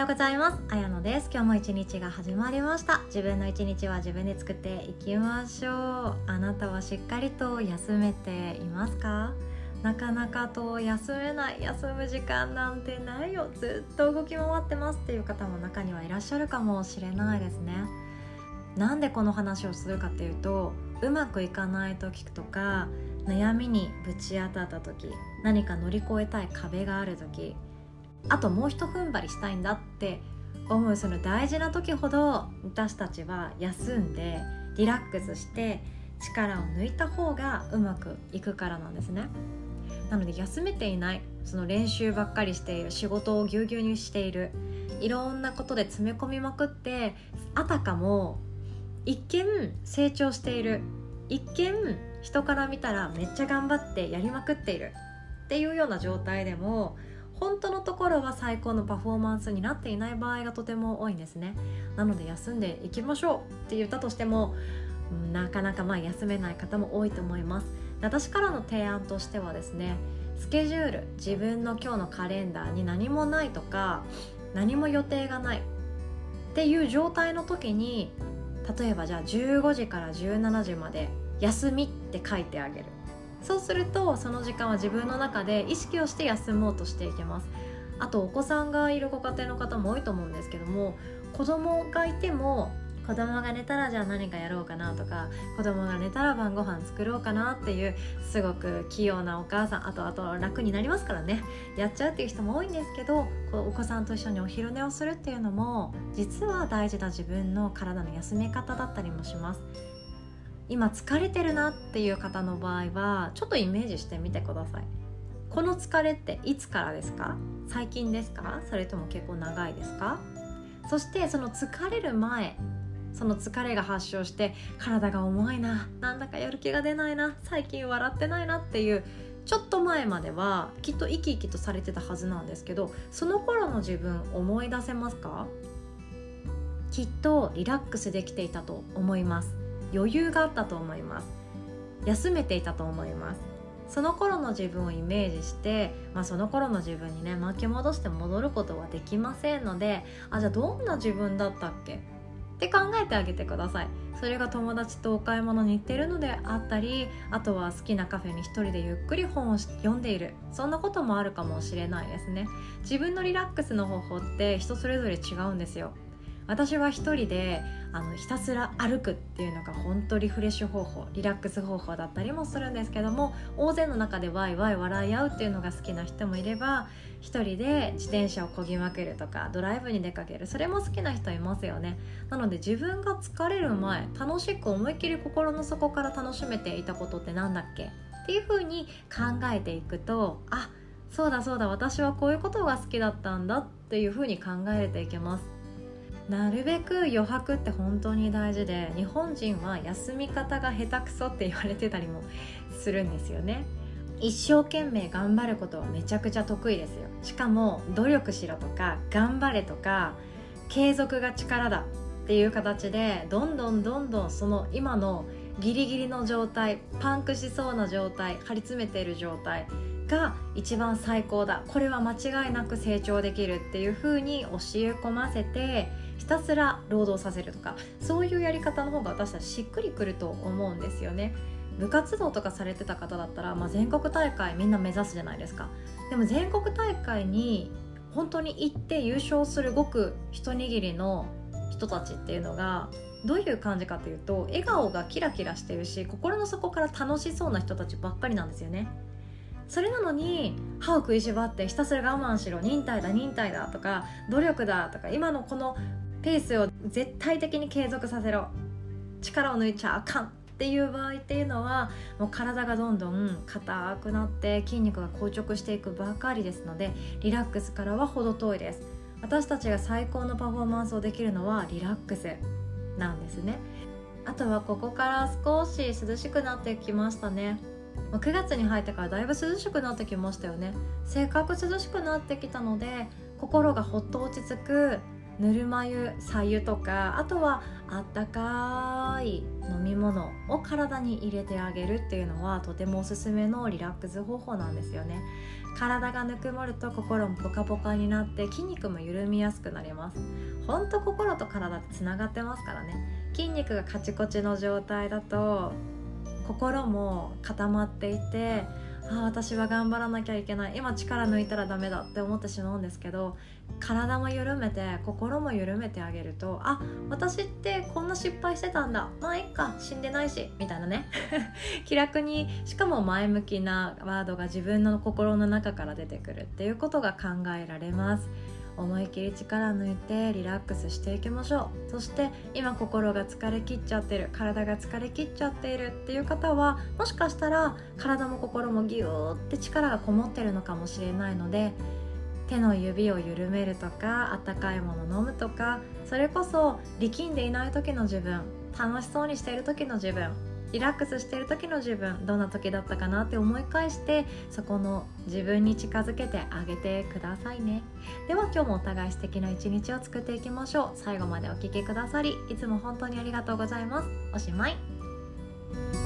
ようございます。あやのです。今日も一日が始まりました。自分の一日は自分で作っていきましょう。あなたはしっかりと休めていますか？なかなかと休めない、休む時間なんてないよ、ずっと動き回ってますっていう方も中にはいらっしゃるかもしれないですね。なんでこの話をするかっていうと、うまくいかない時とか悩みにぶち当たった時、何か乗り越えたい壁がある時、あともう一踏ん張りしたいんだって思うその大事な時ほど、私たちは休んでリラックスして力を抜いた方がうまくいくからなんですね。なので休めていない、その練習ばっかりしている、仕事をぎゅうぎゅうにしている、いろんなことで詰め込みまくって、あたかも一見成長している、一見人から見たらめっちゃ頑張ってやりまくっているっていうような状態でも、本当のところは最高のパフォーマンスになっていない場合がとても多いんですね。なので休んでいきましょうって言ったとしても、なかなか休めない方も多いと思います。私からの提案としてはですね、スケジュール、自分の今日のカレンダーに何もないとか何も予定がないっていう状態の時に、例えばじゃあ15時から17時まで休みって書いてあげる。そうするとその時間は自分の中で意識をして休もうとしていけます。あとお子さんがいるご家庭の方も多いと思うんですけども、子供がいても子供が寝たらじゃあ何かやろうかなとか、子供が寝たら晩ご飯作ろうかなっていうすごく器用なお母さん、あと楽になりますからね、やっちゃうっていう人も多いんですけど、お子さんと一緒にお昼寝をするっていうのも実は大事な自分の体の休め方だったりもします。今疲れてるなっていう方の場合はちょっとイメージしてみてください。この疲れっていつからですか？最近ですか？それとも結構長いですか？そしてその疲れる前、その疲れが発症して体が重いな、なんだかやる気が出ないな、最近笑ってないなっていうちょっと前まではきっと生き生きとされてたはずなんですけど、その頃の自分思い出せますか？きっとリラックスできていたと思います。余裕があったと思います。休めていたと思います。その頃の自分をイメージして、その頃の自分にね、巻き戻して戻ることはできませんので、じゃあどんな自分だったっけって考えてあげてください。それが友達とお買い物に行っているのであったり、あとは好きなカフェに一人でゆっくり本を読んでいる、そんなこともあるかもしれないですね。自分のリラックスの方法って人それぞれ違うんですよ。私は一人でひたすら歩くっていうのが本当リフレッシュ方法、リラックス方法だったりもするんですけども、大勢の中でワイワイ笑い合うっていうのが好きな人もいれば、一人で自転車を漕ぎまくるとかドライブに出かける、それも好きな人いますよね。なので自分が疲れる前、楽しく思いっきり心の底から楽しめていたことってなんだっけっていう風に考えていくと、そうだ私はこういうことが好きだったんだっていう風に考えれていけます。なるべく余白って本当に大事で、日本人は休み方が下手くそって言われてたりもするんですよね。一生懸命頑張ることはめちゃくちゃ得意ですよ。しかも努力しろとか頑張れとか継続が力だっていう形で、どんどんその今のギリギリの状態、パンクしそうな状態、張り詰めている状態が一番最高だ、これは間違いなく成長できるっていう風に教え込ませて、ひたすら労働させるとか、そういうやり方の方が私たちしっくりくると思うんですよね。部活動とかされてた方だったら、全国大会みんな目指すじゃないですか。でも全国大会に本当に行って優勝するごく一握りの人たちっていうのがどういう感じかというと、笑顔がキラキラしてるし、心の底から楽しそうな人たちばっかりなんですよね。それなのに歯を食いしばってひたすら我慢しろ、忍耐だとか努力だとか、今のこのペースを絶対的に継続させろ、力を抜いちゃあかんっていう場合っていうのは、もう体がどんどん硬くなって筋肉が硬直していくばかりですので、リラックスからは程遠いです。私たちが最高のパフォーマンスをできるのはリラックスなんですね。あとはここから少し涼しくなってきましたね。9月に入ってからだいぶ涼しくなってきましたよね。せっかく涼しくなってきたので、心がほっと落ち着くぬるま湯、白湯とか、あとはあったかい飲み物を体に入れてあげるっていうのはとてもおすすめのリラックス方法なんですよね。体がぬくもると心もポカポカになって筋肉も緩みやすくなります。ほんと心と体ってつながってますからね。筋肉がカチコチの状態だと心も固まっていて、私は頑張らなきゃいけない、今力抜いたらダメだって思ってしまうんですけど、体も緩めて心も緩めてあげると、私ってこんな失敗してたんだ、まあいっか、死んでないしみたいなね気楽に、しかも前向きなワードが自分の心の中から出てくるっていうことが考えられます。思い切り力抜いてリラックスしていきましょう。そして今心が疲れ切っちゃってる、体が疲れ切っちゃっているっていう方は、もしかしたら体も心もギューって力がこもってるのかもしれないので、手の指を緩めるとか、温かいもの飲むとか、それこそ力んでいない時の自分、楽しそうにしている時の自分、リラックスしている時の自分、どんな時だったかなって思い返して、そこの自分に近づけてあげてくださいね。では今日もお互い素敵な一日を作っていきましょう。最後までお聞きくださりいつも本当にありがとうございます。おしまい。